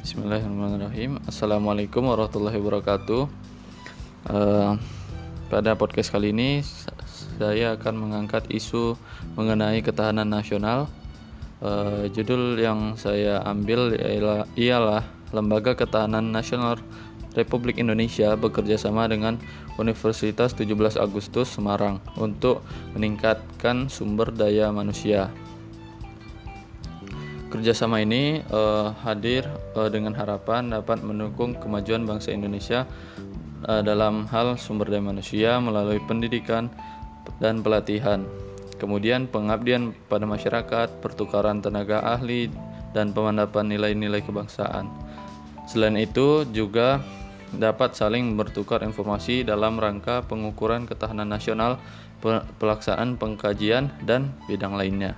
Bismillahirrahmanirrahim. Assalamualaikum warahmatullahi wabarakatuh. Pada podcast kali ini saya akan mengangkat isu mengenai ketahanan nasional. Judul yang saya ambil ialah Lembaga Ketahanan Nasional Republik Indonesia bekerjasama dengan Universitas 17 Agustus Semarang untuk meningkatkan sumber daya manusia. Kerjasama ini hadir dengan harapan dapat mendukung kemajuan bangsa Indonesia dalam hal sumber daya manusia melalui pendidikan dan pelatihan, kemudian pengabdian pada masyarakat, pertukaran tenaga ahli, dan pemantapan nilai-nilai kebangsaan. Selain itu juga dapat saling bertukar informasi dalam rangka pengukuran ketahanan nasional, pelaksanaan pengkajian, dan bidang lainnya.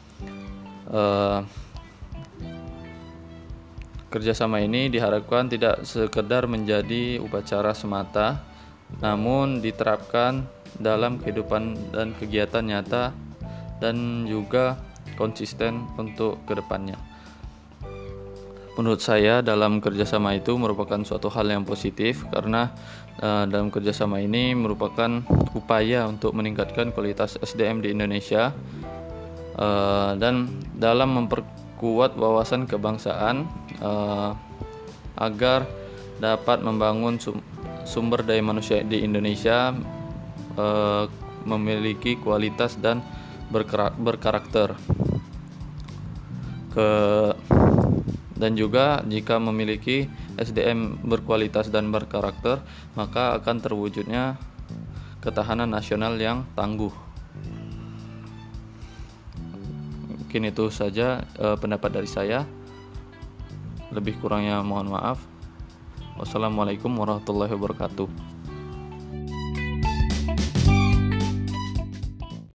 Kerjasama ini diharapkan tidak sekedar menjadi upacara semata, namun diterapkan dalam kehidupan dan kegiatan nyata dan juga konsisten untuk kedepannya. Menurut saya dalam kerjasama itu merupakan suatu hal yang positif karena dalam kerjasama ini merupakan upaya untuk meningkatkan kualitas SDM di Indonesia dan dalam memperkuat wawasan kebangsaan agar dapat membangun sumber daya manusia di Indonesia memiliki kualitas dan berkarakter. Dan juga jika memiliki SDM berkualitas dan berkarakter, maka akan terwujudnya ketahanan nasional yang tangguh. Mungkin itu saja pendapat dari saya. Lebih kurangnya mohon maaf. Wassalamualaikum warahmatullahi wabarakatuh.